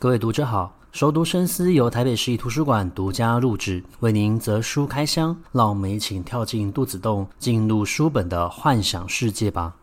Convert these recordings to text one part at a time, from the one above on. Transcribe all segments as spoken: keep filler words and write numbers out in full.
各位读者好，熟读深思由台北市立图书馆独家录制，为您择书开箱，让我们一起跳进肚子洞，进入书本的幻想世界吧。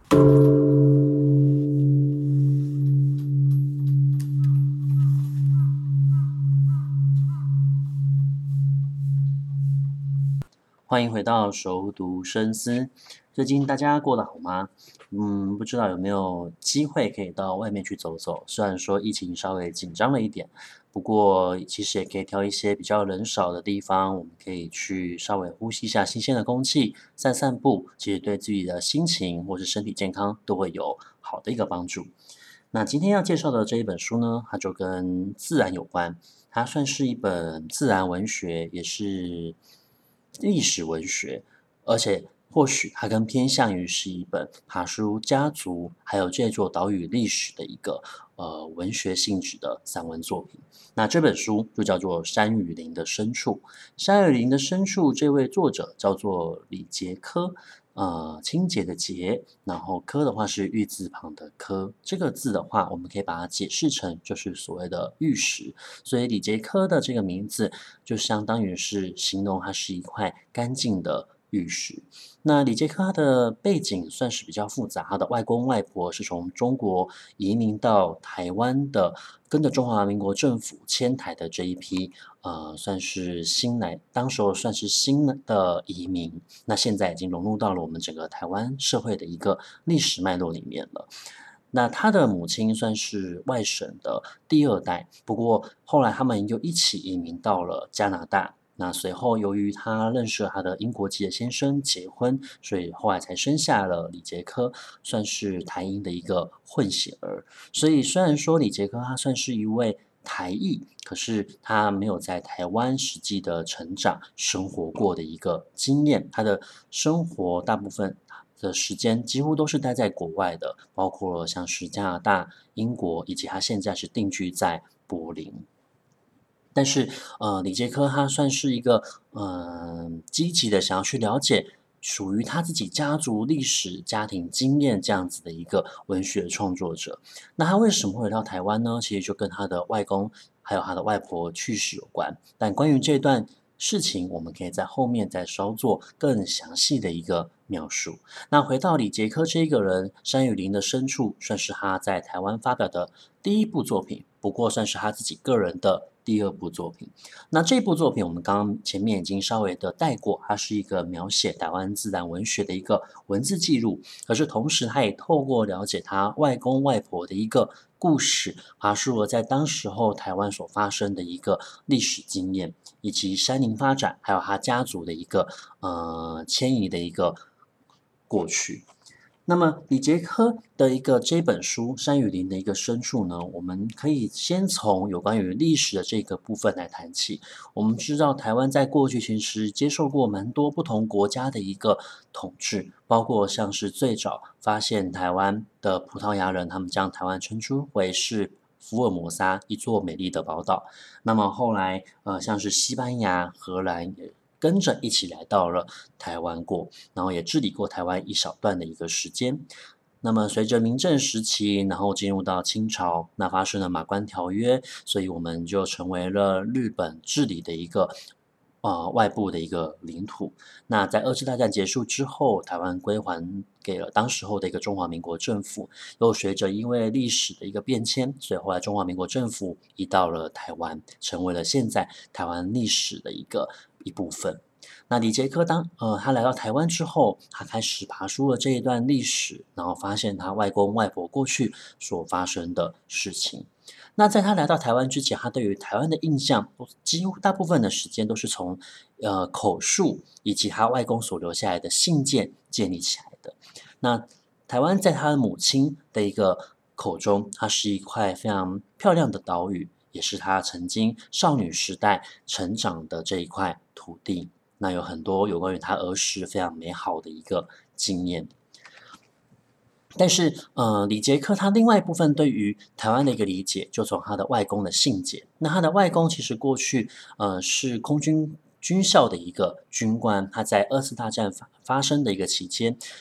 欢迎回到熟读深思。最近大家过得好吗？嗯，不知道有没有机会可以到外面去走走。虽然说疫情稍微紧张了一点，不过其实也可以挑一些比较人少的地方，我们可以去稍微呼吸一下新鲜的空气，散散步，其实对自己的心情或是身体健康都会有好的一个帮助。那今天要介绍的这一本书呢，它就跟自然有关，它算是一本自然文学，也是历史文学，而且或许它更偏向于是一本爬书家族还有这座岛屿历史的一个呃文学性质的散文作品。那这本书就叫做《山雨林的深处》。山雨林的深处，这位作者叫做李杰科，呃，清洁的洁，然后科的话是玉字旁的科。这个字的话，我们可以把它解释成就是所谓的玉石。所以李杰科的这个名字就相当于是形容它是一块干净的玉石。那李杰科他的背景算是比较复杂，他的外公外婆是从中国移民到台湾的，跟着中华民国政府迁台的这一批，呃，算是新来，当时候算是新的移民，那现在已经融入到了我们整个台湾社会的一个历史脉络里面了。那他的母亲算是外省的第二代，不过后来他们又一起移民到了加拿大。那随后由于他认识了他的英国籍的先生结婚，所以后来才生下了李杰科，算是台英的一个混血儿。所以虽然说李杰科他算是一位台裔，可是他没有在台湾实际的成长生活过的一个经验，他的生活大部分的时间几乎都是待在国外的，包括像是加拿大、英国，以及他现在是定居在柏林。但是，呃，李杰科他算是一个嗯、呃、积极的想要去了解属于他自己家族历史、家庭经验这样子的一个文学创作者。那他为什么会来到台湾呢？其实就跟他的外公还有他的外婆去世有关。但关于这段事情，我们可以在后面再稍作更详细的一个描述。那回到李杰科这个人，《山雨林的深处》算是他在台湾发表的第一部作品，不过算是他自己个人的第二部作品。那这部作品我们刚刚前面已经稍微的带过，它是一个描写台湾自然文学的一个文字记录，可是同时他也透过了解他外公外婆的一个故事，爬述了在当时候台湾所发生的一个历史经验，以及山林发展，还有他家族的一个呃迁移的一个过去。那么李杰科的一个这本书《山雨林的一个深处》呢，我们可以先从有关于历史的这个部分来谈起。我们知道台湾在过去其实接受过蛮多不同国家的一个统治，包括像是最早发现台湾的葡萄牙人，他们将台湾称之为是福尔摩沙，一座美丽的宝岛。那么后来呃像是西班牙、荷兰也跟着一起来到了台湾过，然后也治理过台湾一小段的一个时间。那么随着明郑时期，然后进入到清朝，那发生了马关条约，所以我们就成为了日本治理的一个呃外部的一个领土。那在二次大战结束之后，台湾归还给了当时候的一个中华民国政府，又随着因为历史的一个变迁，所以后来中华民国政府移到了台湾，成为了现在台湾历史的一个一部分。那李杰科当呃他来到台湾之后，他开始爬梳了这一段历史，然后发现他外公外婆过去所发生的事情。那在他来到台湾之前，他对于台湾的印象，几乎大部分的时间都是从呃口述以及他外公所留下来的信件建立起来的。那台湾在他的母亲的一个口中，它是一块非常漂亮的岛屿，也是他曾经少女时代成长的这一块土地。那有很多有关于他儿时非常美好的一个经验。但是，呃，李杰科他另外一部分对于台湾的一个理解，就从他的外公的信件。那他的外公其实过去，呃，是空军军校的一个军官，他在二次大战发发生的一个期间，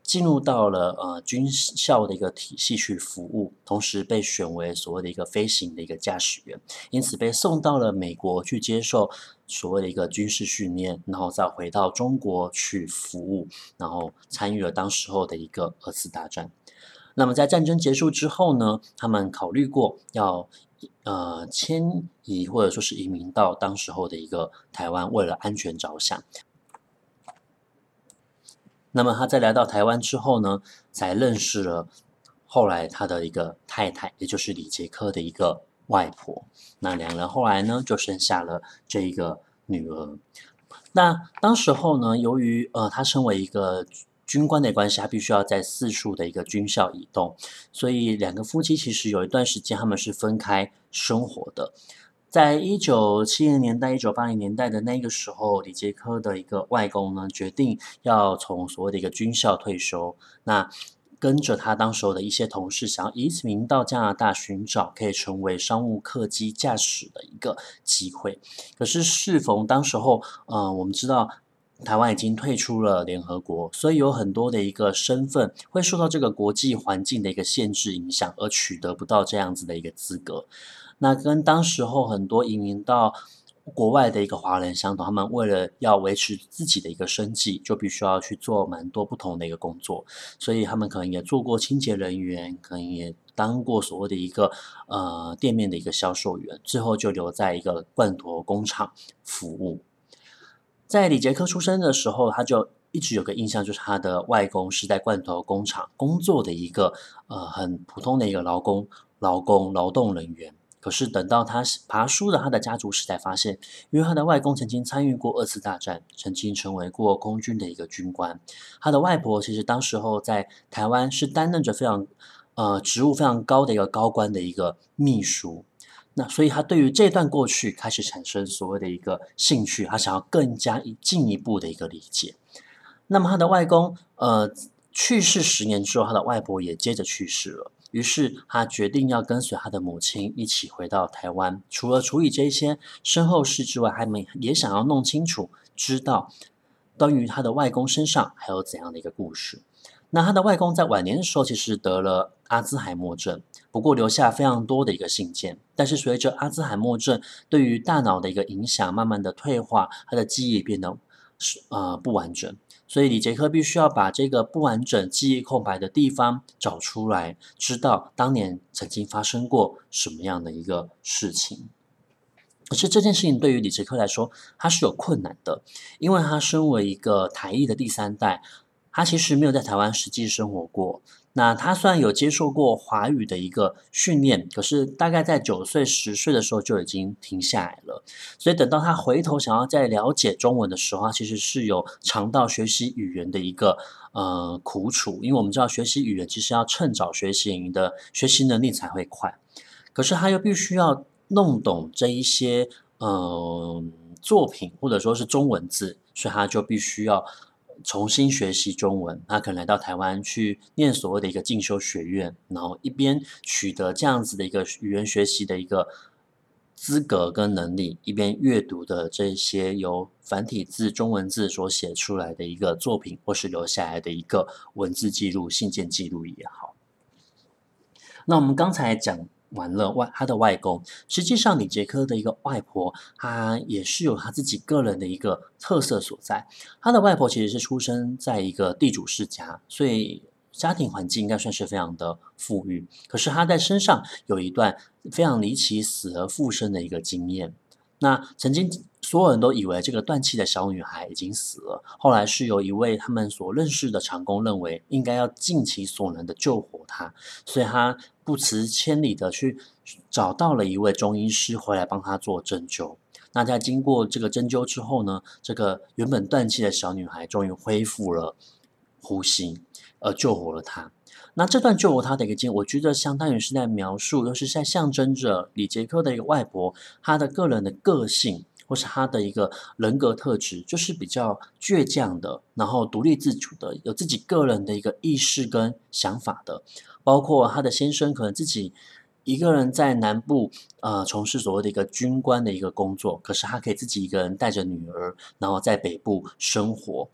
进入到了呃军校的一个体系去服务，同时被选为所谓的一个飞行的一个驾驶员，因此被送到了美国去接受所谓的一个军事训练，然后再回到中国去服务，然后参与了当时候的一个二次大战。那么在战争结束之后呢，他们考虑过要呃迁移或者说是移民到当时候的一个台湾，为了安全着想。那么他在来到台湾之后呢，才认识了后来他的一个太太，也就是李捷科的一个外婆。那两人后来呢，就生下了这一个女儿。那当时候呢，由于呃他身为一个军官的关系，他必须要在四处的一个军校移动，所以两个夫妻其实有一段时间他们是分开生活的。在一九七零年代、一九八零年代的那个时候，李捷科的一个外公呢，决定要从所谓的一个军校退休，那跟着他当时候的一些同事，想要移民到加拿大，寻找可以成为商务客机驾驶的一个机会。可是适逢当时候，呃，我们知道台湾已经退出了联合国，所以有很多的一个身份会受到这个国际环境的一个限制影响，而取得不到这样子的一个资格。那跟当时候很多移民到国外的一个华人相同，他们为了要维持自己的一个生计，就必须要去做蛮多不同的一个工作，所以他们可能也做过清洁人员，可能也当过所谓的一个呃店面的一个销售员，最后就留在一个罐头工厂服务。在李捷科出生的时候，他就一直有个印象，就是他的外公是在罐头工厂工作的一个呃很普通的一个劳工、劳工、劳动人员。可是等到他爬梳了他的家族史，才发现，因为他的外公曾经参与过二次大战，曾经成为过空军的一个军官。他的外婆其实当时候在台湾是担任着非常呃职务非常高的一个高官的一个秘书。那所以他对于这段过去开始产生所谓的一个兴趣，他想要更加进一步的一个理解。那么他的外公呃去世十年之后，他的外婆也接着去世了。于是他决定要跟随他的母亲一起回到台湾，除了处理这些身后事之外，他们也想要弄清楚，知道关于他的外公身上还有怎样的一个故事。那他的外公在晚年的时候，其实得了阿兹海默症，不过留下非常多的一个信件。但是随着阿兹海默症对于大脑的一个影响，慢慢的退化，他的记忆变得呃不完整。所以李捷科必须要把这个不完整记忆空白的地方找出来，知道当年曾经发生过什么样的一个事情。可是这件事情对于李捷科来说，他是有困难的，因为他身为一个台裔的第三代，他其实没有在台湾实际生活过。那他虽然有接受过华语的一个训练，可是大概在九岁、十岁的时候就已经停下来了。所以等到他回头想要再了解中文的时候，他其实是有尝到学习语言的一个呃苦楚，因为我们知道学习语言其实要趁早学习，你的学习能力才会快。可是他又必须要弄懂这一些呃作品或者说是中文字，所以他就必须要重新学习中文。他可能来到台湾去念所谓的一个进修学院，然后一边取得这样子的一个语言学习的一个资格跟能力，一边阅读的这些由繁体字、中文字所写出来的一个作品，或是留下来的一个文字记录、信件记录也好。那我们刚才讲完了外他的外公，实际上李捷科的一个外婆，她也是有她自己个人的一个特色所在。他的外婆其实是出生在一个地主世家，所以家庭环境应该算是非常的富裕。可是他在身上有一段非常离奇死而复生的一个经验。那曾经所有人都以为这个断气的小女孩已经死了，后来是有一位他们所认识的长工认为应该要尽其所能的救活她，所以他不辞千里的去找到了一位中医师回来帮他做针灸。那在经过这个针灸之后呢，这个原本断气的小女孩终于恢复了呼吸，而救活了她。那这段救活她的一个经验，我觉得相当于是在描述，又是在象征着李捷科的一个外婆，她的个人的个性，或是她的一个人格特质，就是比较倔强的，然后独立自主的，有自己个人的一个意识跟想法的。包括她的先生可能自己一个人在南部呃从事所谓的一个军官的一个工作，可是他可以自己一个人带着女儿，然后在北部生活。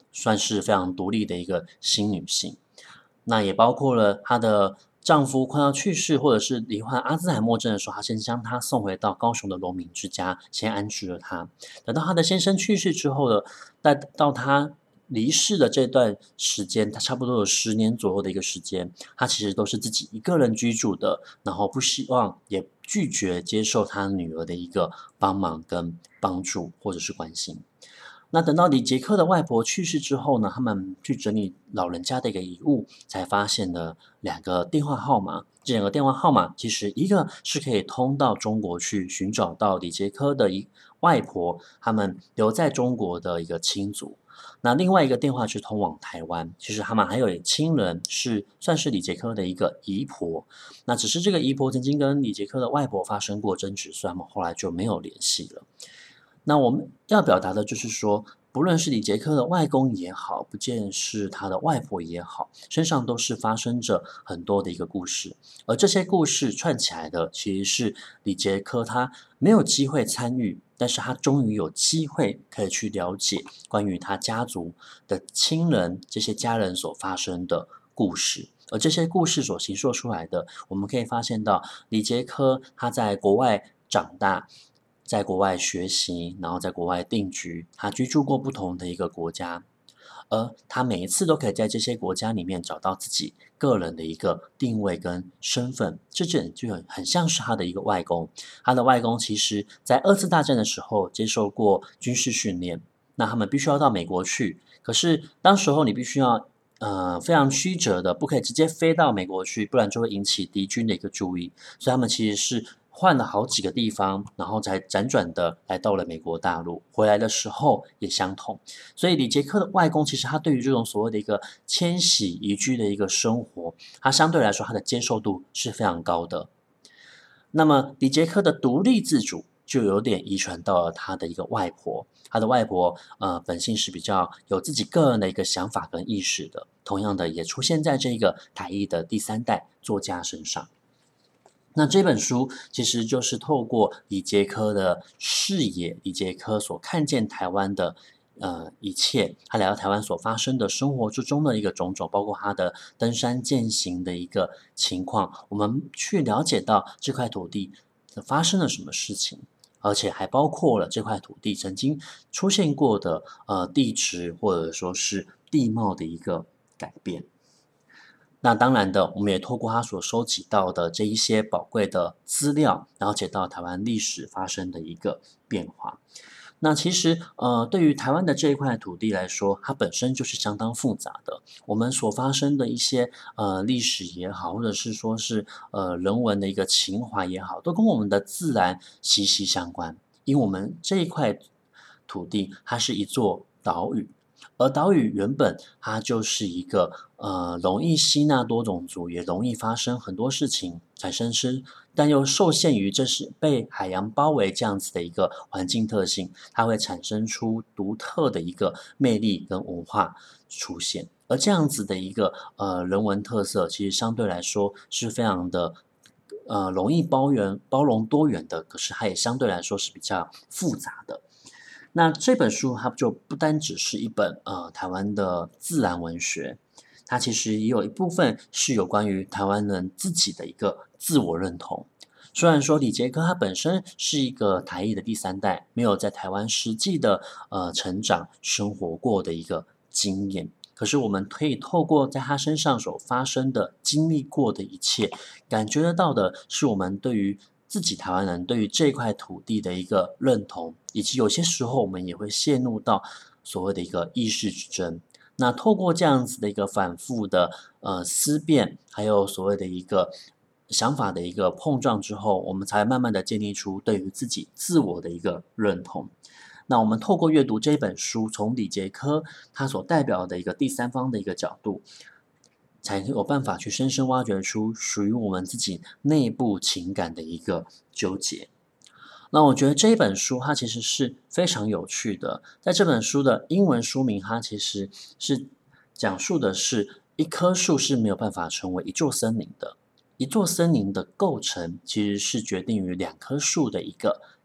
算是非常独立的一个新女性。那也包括了她的丈夫快要去世或者是罹患阿兹海默症的时候，她先将她送回到高雄的龙明之家，先安置了她。等到她的先生去世之后呢，带到她离世的这段时间，她差不多有十年左右的一个时间，她其实都是自己一个人居住的，然后不希望也拒绝接受她女儿的一个帮忙跟帮助或者是关心。那等到李杰克的外婆去世之后呢，他们去整理老人家的一个遗物，才发现了两个电话号码。这两个电话号码其实一个是可以通到中国去寻找到李杰克的一外婆他们留在中国的一个亲族，那另外一个电话是通往台湾，其实他们还有亲人是算是李杰克的一个姨婆，那只是这个姨婆曾经跟李杰克的外婆发生过争执，所以他们后来就没有联系了。那我们要表达的就是说，不论是李杰克的外公也好，不见是他的外婆也好，身上都是发生着很多的一个故事，而这些故事串起来的，其实是李杰克他没有机会参与，但是他终于有机会可以去了解关于他家族的亲人这些家人所发生的故事。而这些故事所形塑出来的，我们可以发现到李杰克他在国外长大，在国外学习，然后在国外定居，他居住过不同的一个国家，而他每一次都可以在这些国家里面找到自己个人的一个定位跟身份，这点就很很像是他的一个外公。他的外公其实在二次大战的时候接受过军事训练，那他们必须要到美国去，可是当时候你必须要呃非常曲折的，不可以直接飞到美国去，不然就会引起敌军的一个注意，所以他们其实是换了好几个地方，然后才辗转的来到了美国大陆，回来的时候也相同。所以李杰克的外公其实他对于这种所谓的一个迁徙移居的一个生活，他相对来说他的接受度是非常高的。那么李杰克的独立自主就有点遗传到了他的一个外婆，他的外婆呃本性是比较有自己个人的一个想法跟意识的，同样的也出现在这个台裔的第三代作家身上。那这本书其实就是透过李杰科的视野，李杰科所看见台湾的呃一切，他来到台湾所发生的生活之中的一个种种，包括他的登山健行的一个情况，我们去了解到这块土地发生了什么事情，而且还包括了这块土地曾经出现过的呃地质或者说是地貌的一个改变。那当然的，我们也透过他所收集到的这一些宝贵的资料，了解到台湾历史发生的一个变化。那其实，呃，对于台湾的这一块土地来说，它本身就是相当复杂的。我们所发生的一些呃历史也好，或者是说是呃人文的一个情怀也好，都跟我们的自然息息相关。因为我们这一块土地，它是一座岛屿。而岛屿原本它就是一个呃容易吸纳多种族，也容易发生很多事情产生吃，但又受限于这是被海洋包围这样子的一个环境特性，它会产生出独特的一个魅力跟文化出现。而这样子的一个呃人文特色，其实相对来说是非常的呃容易包容包容多元的，可是它也相对来说是比较复杂的。那这本书它就不单只是一本呃台湾的自然文学，它其实也有一部分是有关于台湾人自己的一个自我认同。虽然说李杰克他本身是一个台裔的第三代，没有在台湾实际的呃成长生活过的一个经验，可是我们可以透过在他身上所发生的经历过的一切，感觉得到的是我们对于自己台湾人对于这块土地的一个认同，以及有些时候我们也会陷入到所谓的一个意识之争。那透过这样子的一个反复的呃思辨，还有所谓的一个想法的一个碰撞之后，我们才慢慢的建立出对于自己自我的一个认同。那我们透过阅读这本书，从李杰科他所代表的一个第三方的一个角度，才有办法去深深挖掘出属于我们自己内部情感的一个纠结。那我觉得这一本书它其实是非常有趣的，在这本书的英文书名，它其实是讲述的是一棵树是没有办法成为一座森林的，一座森林的构成其实是决定于两棵树的一个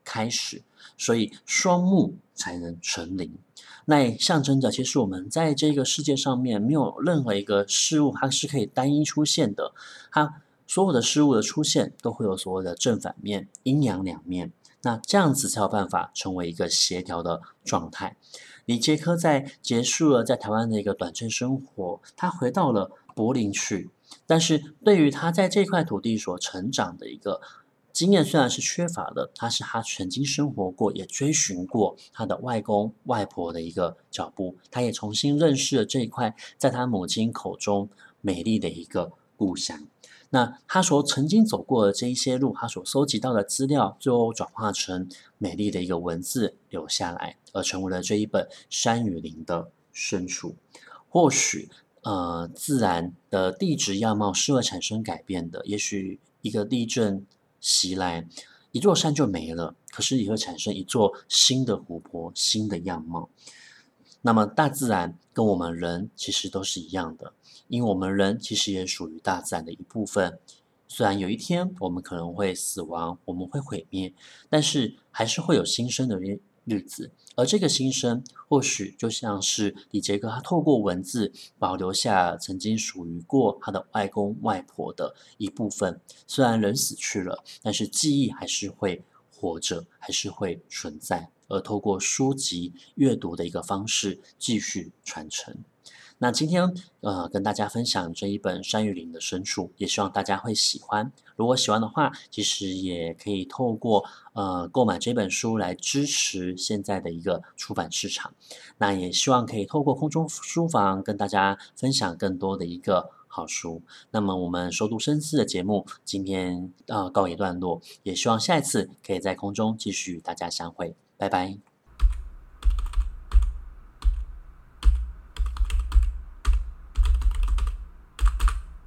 开始，所以双木才能成林。那也象征着，其实我们在这个世界上面没有任何一个事物它是可以单一出现的，它所有的事物的出现都会有所谓的正反面、阴阳两面，那这样子才有办法成为一个协调的状态。李杰科在结束了在台湾的一个短暂生活，他回到了柏林去，但是对于他在这块土地所成长的一个经验虽然是缺乏的，他是他曾经生活过，也追寻过他的外公外婆的一个脚步，他也重新认识了这一块在他母亲口中美丽的一个故乡。那他所曾经走过的这一些路，他所收集到的资料，最后转化成美丽的一个文字留下来，而成为了这一本《山与林的深处》。或许呃，自然的地质样貌是会产生改变的，也许一个地震袭来，一座山就没了，可是也会产生一座新的湖泊，新的样貌。那么大自然跟我们人其实都是一样的，因为我们人其实也属于大自然的一部分。虽然有一天我们可能会死亡，我们会毁灭，但是还是会有新生的日日子。而这个新生或许就像是李杰克他透过文字保留下曾经属于过他的外公外婆的一部分，虽然人死去了，但是记忆还是会活着，还是会存在，而透过书籍阅读的一个方式继续传承。那今天呃跟大家分享这一本《山与林的深处》，也希望大家会喜欢。如果喜欢的话，其实也可以透过呃购买这本书来支持现在的一个出版市场。那也希望可以透过空中书房跟大家分享更多的一个好书。那么我们熟读深思的节目今天呃告一段落，也希望下一次可以在空中继续与大家相会，拜拜。